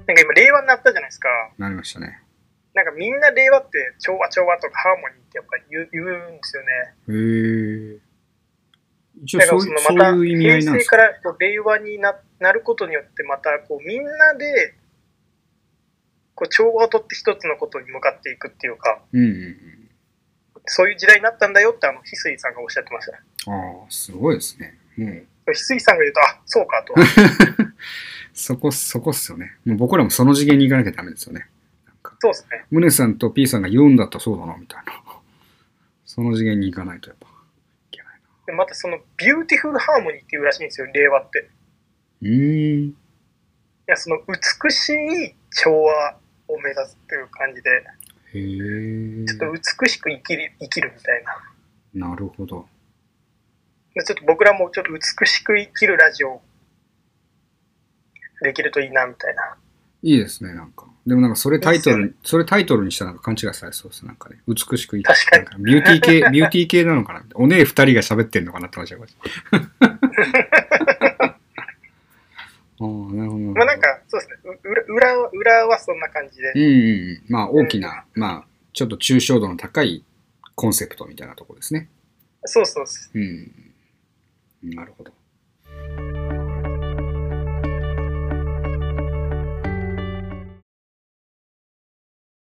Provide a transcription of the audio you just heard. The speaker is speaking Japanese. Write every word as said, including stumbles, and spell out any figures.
なんか今令和になったじゃないですか。 なりましたね。 なんかみんな令和って調和調和とかハーモニーってやっぱり言う言うんですよね。 へえ。一応だからそういう、 そのまたそういう意味合い平成なんですか？ からこう令和に な, なることによってまたこうみんなでこう調和をとって一つのことに向かっていくっていうか、 うんうんうん。 そういう時代になったんだよってあの翡翠さんがおっしゃってました。 ああ、すごいですね。もう。 翡翠さんが言うと、あ、そうかと。 そこ、そこっすよね。もう僕らもその次元に行かなきゃダメですよね。なんかそうですね。 ムネさんと P さんが言うんだったらそうだな、みたいな。その次元に行かないとやっぱいけないな。 でまたそのビューティフルハーモニーっていうらしいんですよ、令和って。 うーん。 いや、その美しい調和を目指すっていう感じで、 へえ。 ちょっと美しく生きる、生きるみたいな。 なるほど。 でちょっと僕らもちょっと美しく生きるラジオできるといいな、みたいな。 いいですね、なんか。でもなんかそれタイトル、 いいっすよねそれタイトルにしたらなんか勘違いされそうです。なんかね。美しく生き確かになんビューティー系、ビューティー系なのかな。お姉二人が喋ってんのかなって思っちゃいました。ああ、なるほど。 まあなんか、そうですね。う裏裏は裏はそんな感じで。 うんうんうん。まあ大きな、まあちょっと抽象度の高いコンセプトみたいなところですね。 そうそうそう。 うん。なるほど。